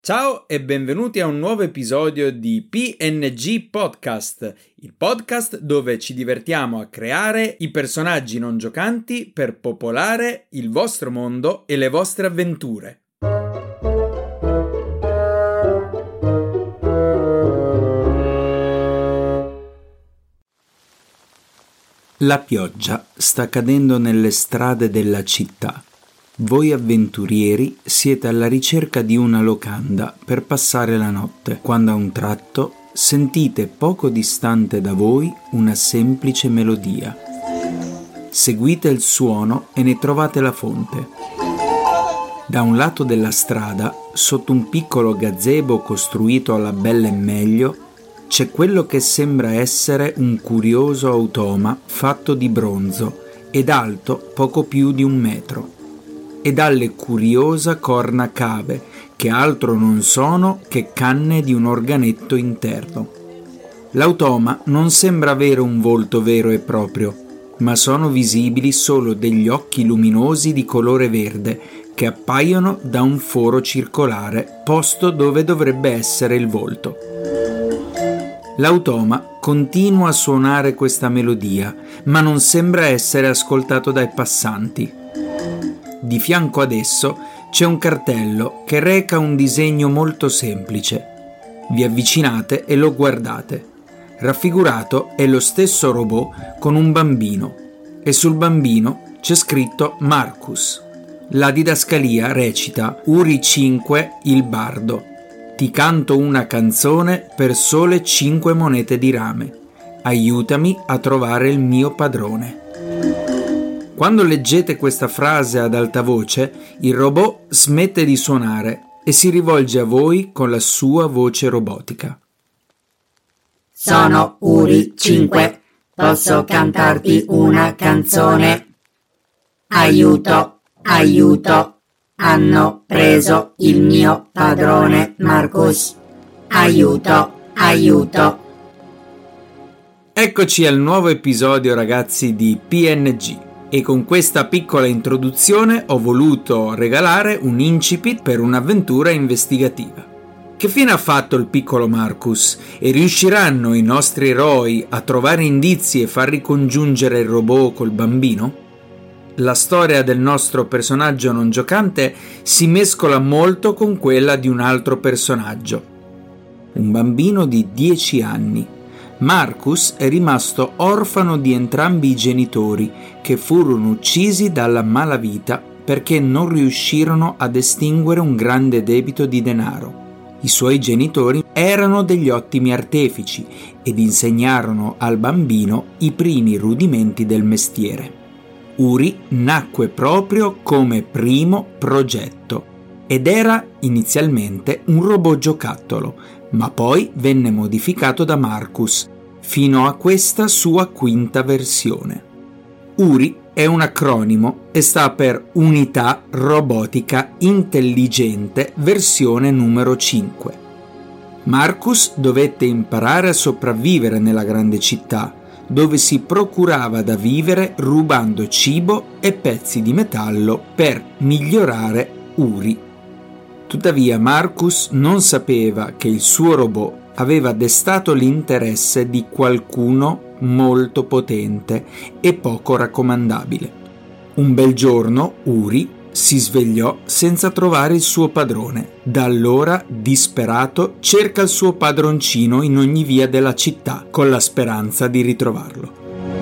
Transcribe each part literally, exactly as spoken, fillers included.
Ciao e benvenuti a un nuovo episodio di P N G Podcast, il podcast dove ci divertiamo a creare i personaggi non giocanti per popolare il vostro mondo e le vostre avventure. La pioggia sta cadendo nelle strade della città. Voi avventurieri siete alla ricerca di una locanda per passare la notte, quando a un tratto sentite poco distante da voi una semplice melodia. Seguite il suono e ne trovate la fonte. Da un lato della strada, sotto un piccolo gazebo costruito alla bella e meglio, c'è quello che sembra essere un curioso automa fatto di bronzo ed alto poco più di un metro. E dalle curiosa corna cave, che altro non sono che canne di un organetto interno. L'automa non sembra avere un volto vero e proprio, ma sono visibili solo degli occhi luminosi di colore verde che appaiono da un foro circolare posto dove dovrebbe essere il volto. L'automa continua a suonare questa melodia, ma non sembra essere ascoltato dai passanti. Di fianco ad esso c'è un cartello che reca un disegno molto semplice. Vi avvicinate e lo guardate. Raffigurato è lo stesso robot con un bambino e sul bambino c'è scritto Marcus. La didascalia recita: Uri cinque il bardo. Ti canto una canzone per sole cinque monete di rame. Aiutami a trovare il mio padrone. Quando leggete questa frase ad alta voce, il robot smette di suonare e si rivolge a voi con la sua voce robotica. Sono Uri cinque, posso cantarti una canzone? Aiuto, aiuto, hanno preso il mio padrone Marcus. Aiuto, aiuto. Eccoci al nuovo episodio, ragazzi, di P N G. E con questa piccola introduzione ho voluto regalare un incipit per un'avventura investigativa. Che fine ha fatto il piccolo Marcus? E riusciranno i nostri eroi a trovare indizi e far ricongiungere il robot col bambino? La storia del nostro personaggio non giocante si mescola molto con quella di un altro personaggio. Un bambino di dieci anni. Marcus è rimasto orfano di entrambi i genitori, che furono uccisi dalla malavita perché non riuscirono ad estinguere un grande debito di denaro. I suoi genitori erano degli ottimi artefici ed insegnarono al bambino i primi rudimenti del mestiere. Uri nacque proprio come primo progetto ed era inizialmente un robot giocattolo, ma poi venne modificato da Marcus fino a questa sua quinta versione. Uri è un acronimo e sta per Unità Robotica Intelligente versione numero cinque. Marcus dovette imparare a sopravvivere nella grande città, dove si procurava da vivere rubando cibo e pezzi di metallo per migliorare Uri. Tuttavia Marcus non sapeva che il suo robot aveva destato l'interesse di qualcuno molto potente e poco raccomandabile. Un bel giorno Uri si svegliò senza trovare il suo padrone. Da allora, disperato, cerca il suo padroncino in ogni via della città con la speranza di ritrovarlo.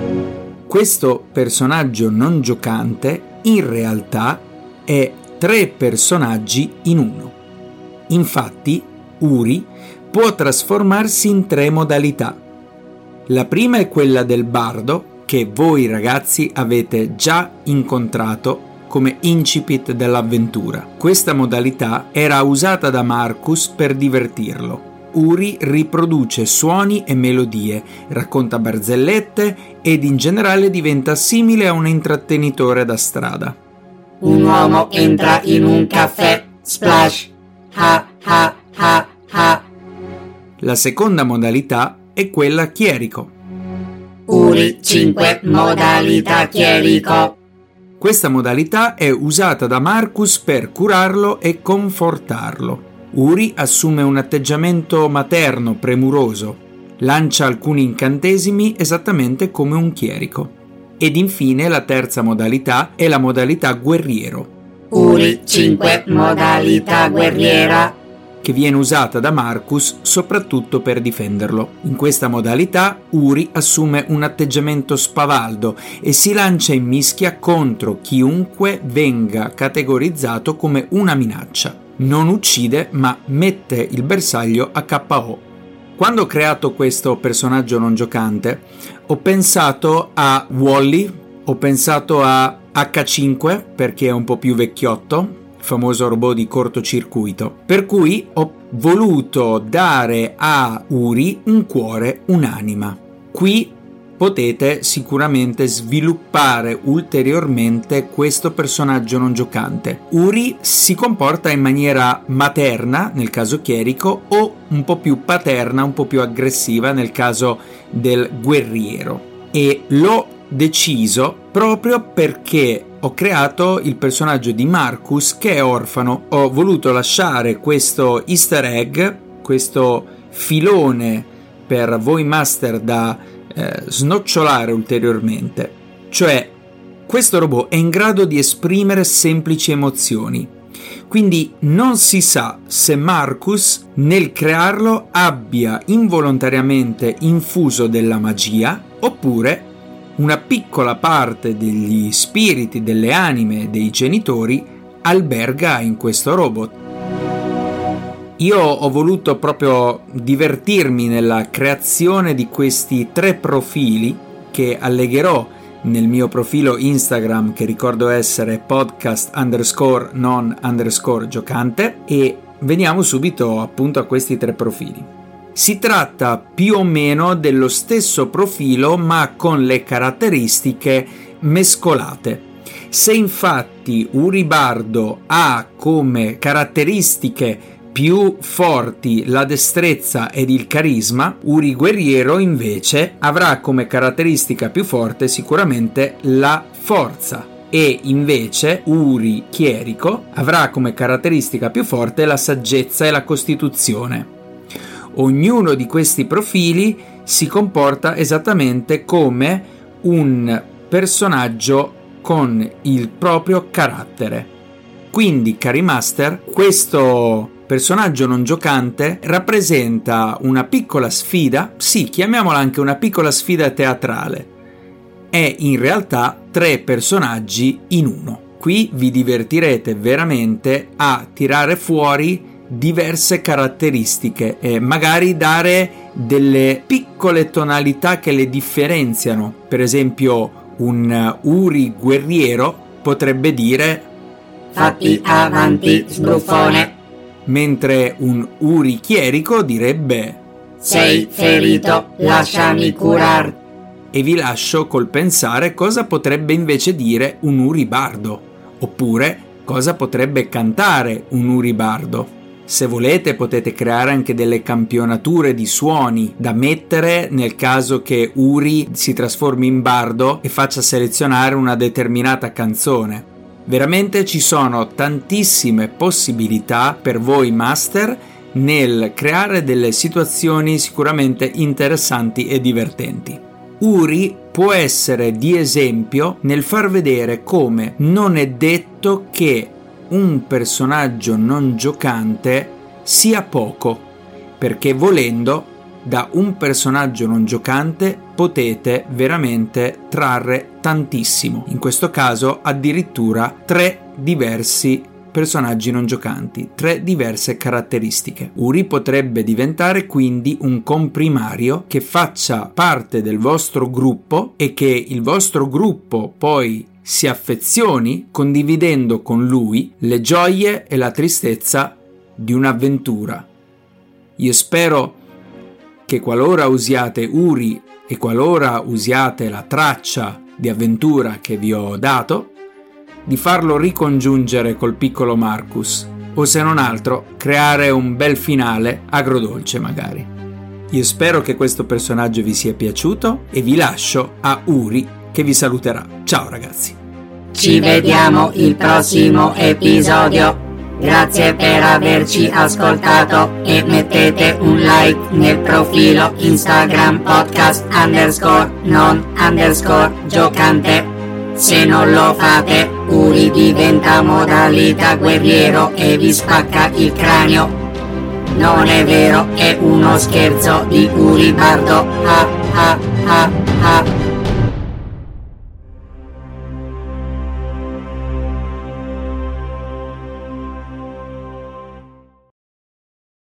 Questo personaggio non giocante in realtà è tre personaggi in uno. Infatti, Uri può trasformarsi in tre modalità. La prima è quella del bardo, che voi ragazzi avete già incontrato come incipit dell'avventura. Questa modalità era usata da Marcus per divertirlo. Uri riproduce suoni e melodie, racconta barzellette ed in generale diventa simile a un intrattenitore da strada. Un uomo entra in un caffè, splash, ha ha ha ha. La seconda modalità è quella chierico. Uri cinque, modalità chierico. Questa modalità è usata da Marcus per curarlo e confortarlo. Uri assume un atteggiamento materno, premuroso, lancia alcuni incantesimi esattamente come un chierico. Ed infine la terza modalità è la modalità guerriero. Uri cinque, modalità guerriera, che viene usata da Marcus soprattutto per difenderlo. In questa modalità Uri assume un atteggiamento spavaldo e si lancia in mischia contro chiunque venga categorizzato come una minaccia. Non uccide, ma mette il bersaglio a K O. Quando ho creato questo personaggio non giocante, ho pensato a Wall-E, ho pensato a acca cinque perché è un po' più vecchiotto, il famoso robot di cortocircuito, per cui ho voluto dare a Uri un cuore, un'anima. Qui potete sicuramente sviluppare ulteriormente questo personaggio non giocante. Uri si comporta in maniera materna nel caso chierico o un po' più paterna, un po' più aggressiva nel caso del guerriero, e l'ho deciso proprio perché ho creato il personaggio di Marcus che è orfano. Ho voluto lasciare questo easter egg, questo filone per voi master da eh, snocciolare ulteriormente, cioè questo robot è in grado di esprimere semplici emozioni, quindi non si sa se Marcus nel crearlo abbia involontariamente infuso della magia oppure una piccola parte degli spiriti, delle anime dei genitori alberga in questo robot. Io ho voluto proprio divertirmi nella creazione di questi tre profili che allegherò nel mio profilo Instagram, che ricordo essere podcast underscore non underscore giocante, e veniamo subito appunto a questi tre profili. Si tratta più o meno dello stesso profilo ma con le caratteristiche mescolate. Se infatti Uri Bardo ha come caratteristiche più forti la destrezza ed il carisma, Uri Guerriero invece avrà come caratteristica più forte sicuramente la forza, e invece Uri Chierico avrà come caratteristica più forte la saggezza e la costituzione. Ognuno di questi profili si comporta esattamente come un personaggio con il proprio carattere. Quindi, cari master, questo personaggio non giocante rappresenta una piccola sfida, sì, chiamiamola anche una piccola sfida teatrale. È in realtà tre personaggi in uno. Qui vi divertirete veramente a tirare fuori diverse caratteristiche e magari dare delle piccole tonalità che le differenziano. Per esempio, un Uri guerriero potrebbe dire fatti avanti, sbruffone, mentre un Uri chierico direbbe sei ferito, lasciami curar. E vi lascio col pensare cosa potrebbe invece dire un Uri bardo, oppure cosa potrebbe cantare un Uri bardo. Se volete potete creare anche delle campionature di suoni da mettere nel caso che Uri si trasformi in bardo e faccia selezionare una determinata canzone. Veramente ci sono tantissime possibilità per voi master nel creare delle situazioni sicuramente interessanti e divertenti. Uri può essere di esempio nel far vedere come non è detto che un personaggio non giocante sia poco, perché volendo da un personaggio non giocante potete veramente trarre tantissimo, in questo caso addirittura tre diversi personaggi non giocanti, tre diverse caratteristiche. Uri potrebbe diventare quindi un comprimario che faccia parte del vostro gruppo e che il vostro gruppo poi si affezioni condividendo con lui le gioie e la tristezza di un'avventura. Io spero che qualora usiate Uri e qualora usiate la traccia di avventura che vi ho dato, di farlo ricongiungere col piccolo Marcus, o se non altro creare un bel finale agrodolce magari. Io spero che questo personaggio vi sia piaciuto e vi lascio a Uri che vi saluterà. Ciao ragazzi! Ci vediamo il prossimo episodio. Grazie per averci ascoltato e mettete un like nel profilo Instagram podcast underscore non underscore giocante. Se non lo fate, Uri diventa modalità guerriero e vi spacca il cranio. Non è vero, è uno scherzo di Uri Bardo. Ah ah ah ah.